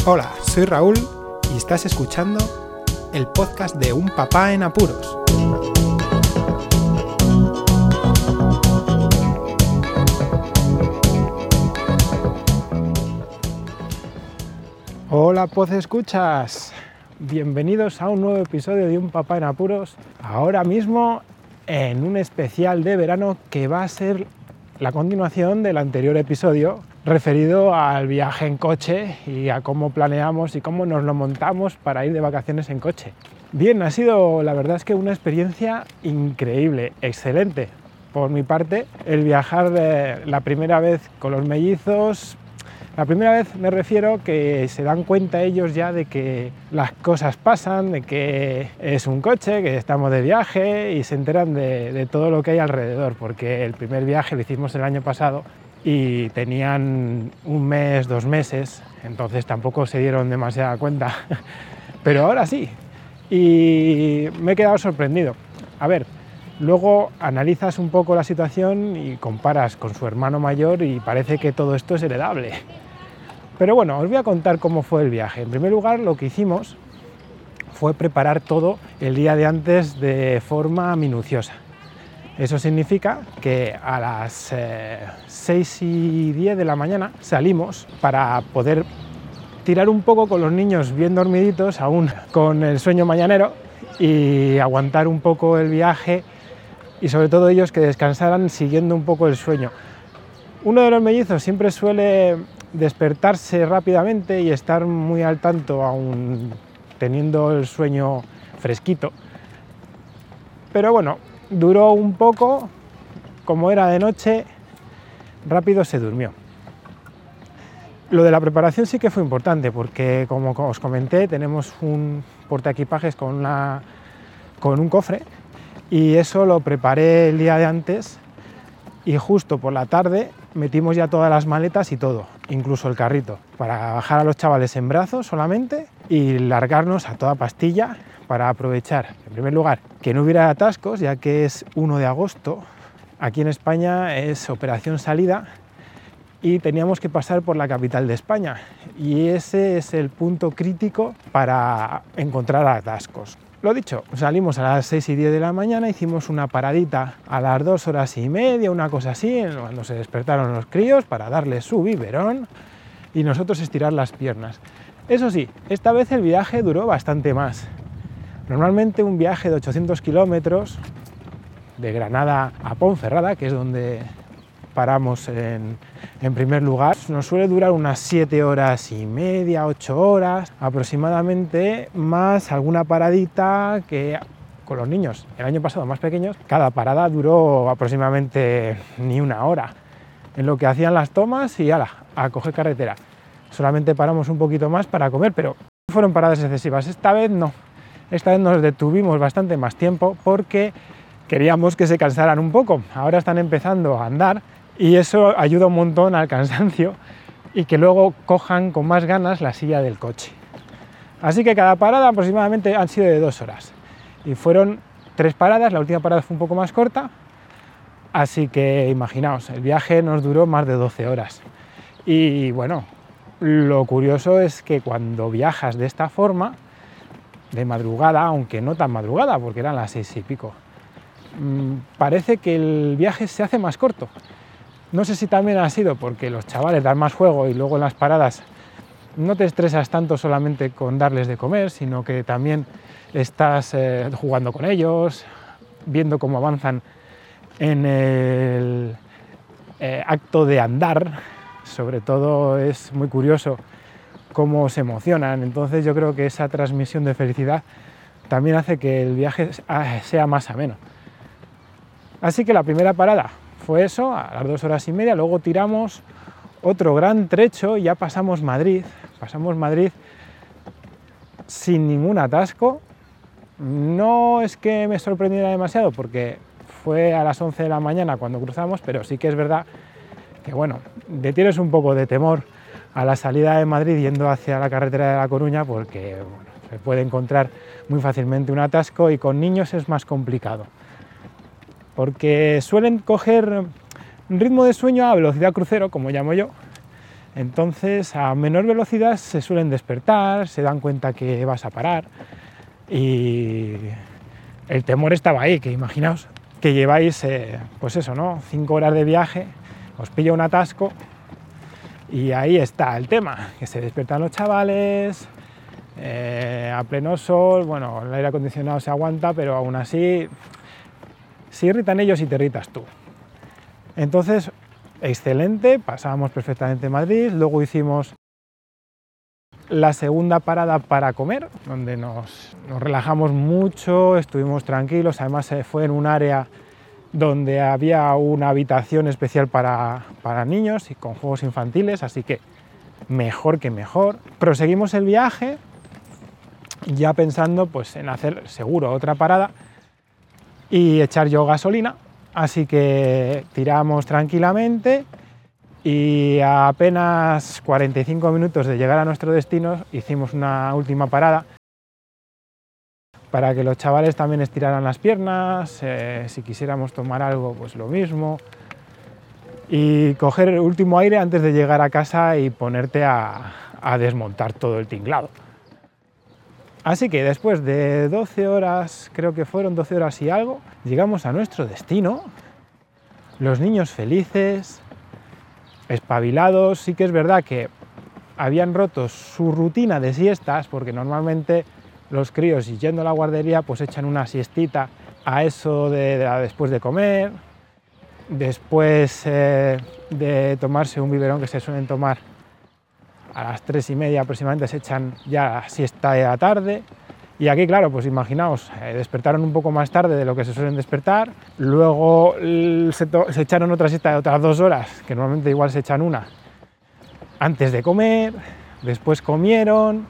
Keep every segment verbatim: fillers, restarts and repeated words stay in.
Hola, soy Raúl y estás escuchando el podcast de Un Papá en Apuros. Hola, podescuchas. Bienvenidos a un nuevo episodio de Un Papá en Apuros. Ahora mismo en un especial de verano que va a ser la continuación del anterior episodio referido al viaje en coche y a cómo planeamos y cómo nos lo montamos para ir de vacaciones en coche. Bien, ha sido, la verdad es que una experiencia increíble, excelente. Por mi parte, el viajar eh, la primera vez con los mellizos, la primera vez me refiero que se dan cuenta ellos ya de que las cosas pasan, de que es un coche, que estamos de viaje y se enteran de, de todo lo que hay alrededor, porque el primer viaje lo hicimos el año pasado y tenían un mes, dos meses, entonces tampoco se dieron demasiada cuenta, pero ahora sí, y me he quedado sorprendido. A ver, luego analizas un poco la situación y comparas con su hermano mayor y parece que todo esto es heredable. Pero bueno, os voy a contar cómo fue el viaje. En primer lugar, lo que hicimos fue preparar todo el día de antes de forma minuciosa. Eso significa que a las eh, seis y diez de la mañana salimos para poder tirar un poco con los niños bien dormiditos, aún con el sueño mañanero, y aguantar un poco el viaje y sobre todo ellos que descansaran siguiendo un poco el sueño. Uno de los mellizos siempre suele despertarse rápidamente y estar muy al tanto aún teniendo el sueño fresquito. Pero bueno, duró un poco, como era de noche, rápido se durmió. Lo de la preparación sí que fue importante porque, como os comenté, tenemos un portaequipajes con, una, con un cofre y eso lo preparé el día de antes y justo por la tarde metimos ya todas las maletas y todo, incluso el carrito, para bajar a los chavales en brazos solamente y largarnos a toda pastilla para aprovechar, en primer lugar, que no hubiera atascos, ya que es primero de agosto, aquí en España es operación salida y teníamos que pasar por la capital de España y ese es el punto crítico para encontrar atascos. Lo dicho, salimos a las seis y diez de la mañana, hicimos una paradita a las dos horas y media, una cosa así, cuando se despertaron los críos para darles su biberón y nosotros estirar las piernas. Eso sí, esta vez el viaje duró bastante más. Normalmente un viaje de ochocientos kilómetros de Granada a Ponferrada, que es donde paramos en, en primer lugar, nos suele durar unas siete horas y media, ocho horas aproximadamente, más alguna paradita que con los niños, el año pasado más pequeños, cada parada duró aproximadamente ni una hora, en lo que hacían las tomas y ala, a coger carretera. Solamente paramos un poquito más para comer, pero no fueron paradas excesivas, esta vez no. Esta vez nos detuvimos bastante más tiempo porque queríamos que se cansaran un poco. Ahora están empezando a andar y eso ayuda un montón al cansancio y que luego cojan con más ganas la silla del coche. Así que cada parada aproximadamente han sido de dos horas. Y fueron tres paradas, la última parada fue un poco más corta, así que imaginaos, el viaje nos duró más de doce horas. Y bueno, lo curioso es que cuando viajas de esta forma, de madrugada, aunque no tan madrugada, porque eran las seis y pico, mmm, parece que el viaje se hace más corto. No sé si también ha sido porque los chavales dan más juego y luego en las paradas no te estresas tanto solamente con darles de comer, sino que también estás eh, jugando con ellos, viendo cómo avanzan en el eh, acto de andar. Sobre todo es muy curioso cómo se emocionan, entonces yo creo que esa transmisión de felicidad también hace que el viaje sea más ameno. Así que la primera parada fue eso, a las dos horas y media, luego tiramos otro gran trecho y ya pasamos Madrid, pasamos Madrid sin ningún atasco. No es que me sorprendiera demasiado porque fue a las once de la mañana cuando cruzamos, pero sí que es verdad que bueno, le tienes un poco de temor a la salida de Madrid yendo hacia la carretera de La Coruña porque bueno, se puede encontrar muy fácilmente un atasco y con niños es más complicado porque suelen coger un ritmo de sueño a velocidad crucero, como llamo yo, Entonces, a menor velocidad se suelen despertar, se dan cuenta que vas a parar y el temor estaba ahí, que imaginaos que lleváis, eh, pues eso, ¿no? Cinco horas de viaje, os pilla un atasco y ahí está el tema, que se despiertan los chavales, eh, a pleno sol, bueno, el aire acondicionado se aguanta, pero aún así se irritan ellos y te irritas tú. Entonces, excelente, pasábamos perfectamente Madrid, luego hicimos la segunda parada para comer, donde nos, nos relajamos mucho, estuvimos tranquilos, además se fue en un área donde había una habitación especial para, para niños y con juegos infantiles, así que mejor que mejor. Proseguimos el viaje ya pensando pues, en hacer seguro otra parada y echar yo gasolina, así que tiramos tranquilamente y a apenas cuarenta y cinco minutos de llegar a nuestro destino hicimos una última parada para que los chavales también estiraran las piernas, eh, si quisiéramos tomar algo pues lo mismo, y coger el último aire antes de llegar a casa y ponerte a, a desmontar todo el tinglado. Así que después de doce horas, creo que fueron doce horas y algo, llegamos a nuestro destino, los niños felices, espabilados. Sí que es verdad que habían roto su rutina de siestas, porque normalmente los críos, y yendo a la guardería, pues echan una siestita a eso de, de después de comer, después eh, de tomarse un biberón que se suelen tomar a las tres y media aproximadamente, se echan ya siesta de la tarde. Y aquí, claro, pues imaginaos, eh, despertaron un poco más tarde de lo que se suelen despertar, luego se, se echaron otra siesta de otras dos horas, que normalmente igual se echan una, antes de comer, después comieron,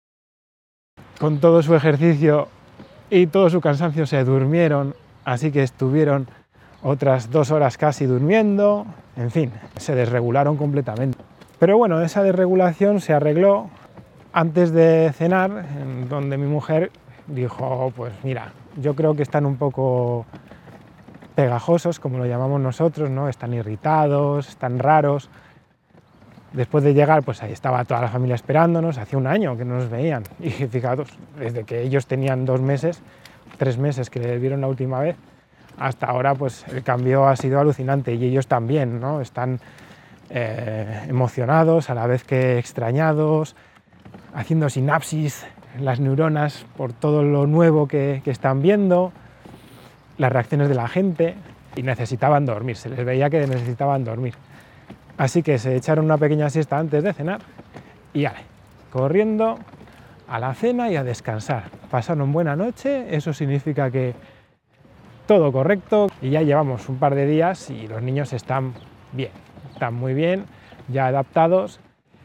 con todo su ejercicio y todo su cansancio se durmieron, así que estuvieron otras dos horas casi durmiendo, en fin, se desregularon completamente. Pero bueno, esa desregulación se arregló antes de cenar, en donde mi mujer dijo, pues mira, yo creo que están un poco pegajosos, como lo llamamos nosotros, ¿no? Están irritados, están raros. Después de llegar, pues ahí estaba toda la familia esperándonos, hacía un año que no nos veían, y fijaros, desde que ellos tenían dos meses, tres meses que le vieron la última vez, hasta ahora pues el cambio ha sido alucinante, y ellos también, ¿no? Están eh, emocionados, a la vez que extrañados, haciendo sinapsis en las neuronas por todo lo nuevo que, que están viendo, las reacciones de la gente, y necesitaban dormir, se les veía que necesitaban dormir. Así que se echaron una pequeña siesta antes de cenar y ale, corriendo a la cena y a descansar. Pasaron buena noche, eso significa que todo correcto, y ya llevamos un par de días y los niños están bien, están muy bien, ya adaptados.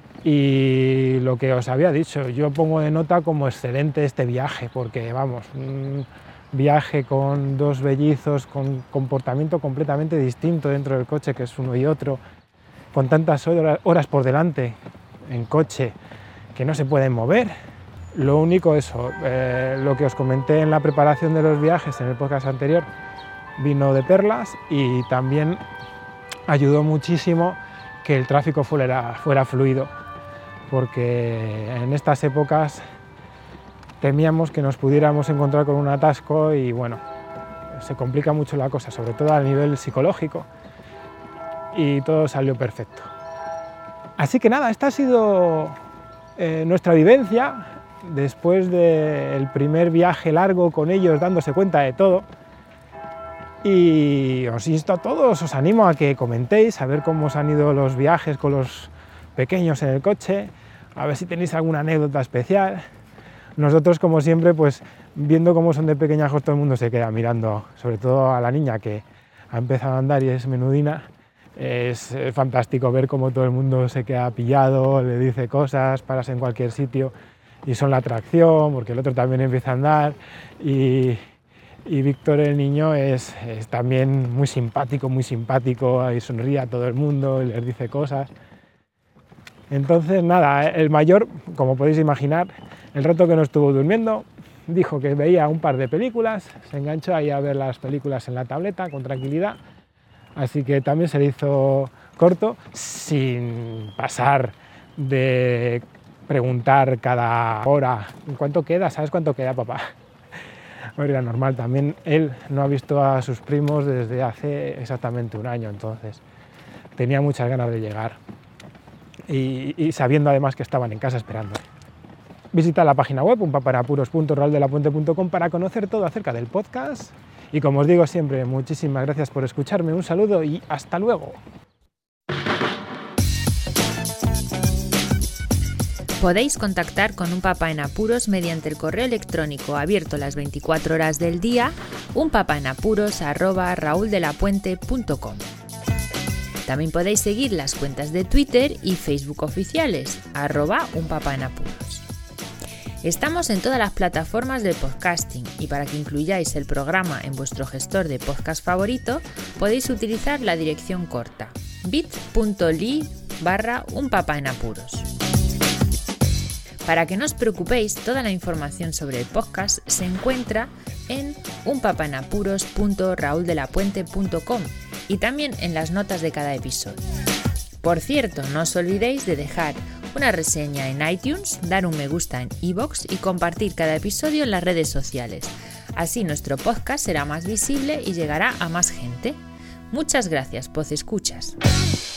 Y lo que os había dicho, yo pongo de nota como excelente este viaje, porque vamos, un viaje con dos bellizos, con comportamiento completamente distinto dentro del coche, que es uno y otro, con tantas horas por delante en coche que no se pueden mover. Lo único eso, eh, lo que os comenté en la preparación de los viajes en el podcast anterior, vino de perlas, y también ayudó muchísimo que el tráfico fuera, fuera fluido, porque en estas épocas temíamos que nos pudiéramos encontrar con un atasco y bueno, se complica mucho la cosa, sobre todo a nivel psicológico, y todo salió perfecto. Así que nada, esta ha sido eh, nuestra vivencia después del primer viaje largo con ellos, dándose cuenta de todo. Y os insto a todos, os animo a que comentéis, a ver cómo os han ido los viajes con los pequeños en el coche, a ver si tenéis alguna anécdota especial. Nosotros, como siempre, pues viendo cómo son de pequeñajos, todo el mundo se queda mirando, sobre todo a la niña que ha empezado a andar y es menudina. Es fantástico ver cómo todo el mundo se queda pillado, le dice cosas, paras en cualquier sitio y son la atracción, porque el otro también empieza a andar. Y, y Víctor, el niño, es, es también muy simpático, muy simpático, y sonríe a todo el mundo y les dice cosas. Entonces, nada, el mayor, como podéis imaginar, el rato que no estuvo durmiendo, dijo que veía un par de películas, se enganchó ahí a ver las películas en la tableta con tranquilidad, así que también se le hizo corto, sin pasar de preguntar cada hora ¿en cuánto queda? ¿Sabes cuánto queda, papá? Era normal, también él no ha visto a sus primos desde hace exactamente un año, entonces tenía muchas ganas de llegar y, y sabiendo además que estaban en casa esperando. Visita la página web un papá en apuros punto raúl de la puente punto com para conocer todo acerca del podcast y, como os digo siempre, muchísimas gracias por escucharme, un saludo y hasta luego. Podéis contactar con Un Papá en Apuros mediante el correo electrónico abierto las veinticuatro horas del día unpapaenapuros arroba raúldelapuente punto com. También podéis seguir las cuentas de Twitter y Facebook oficiales, arroba unpapaenapuros. Estamos en todas las plataformas de podcasting y para que incluyáis el programa en vuestro gestor de podcast favorito podéis utilizar la dirección corta bit.ly barra unpapaenapuros. Para que no os preocupéis, toda la información sobre el podcast se encuentra en unpapaenapuros punto raúldelapuente punto com y también en las notas de cada episodio. Por cierto, no os olvidéis de dejar una reseña en iTunes, dar un me gusta en iVoox y compartir cada episodio en las redes sociales. Así nuestro podcast será más visible y llegará a más gente. Muchas gracias, podcescuchas.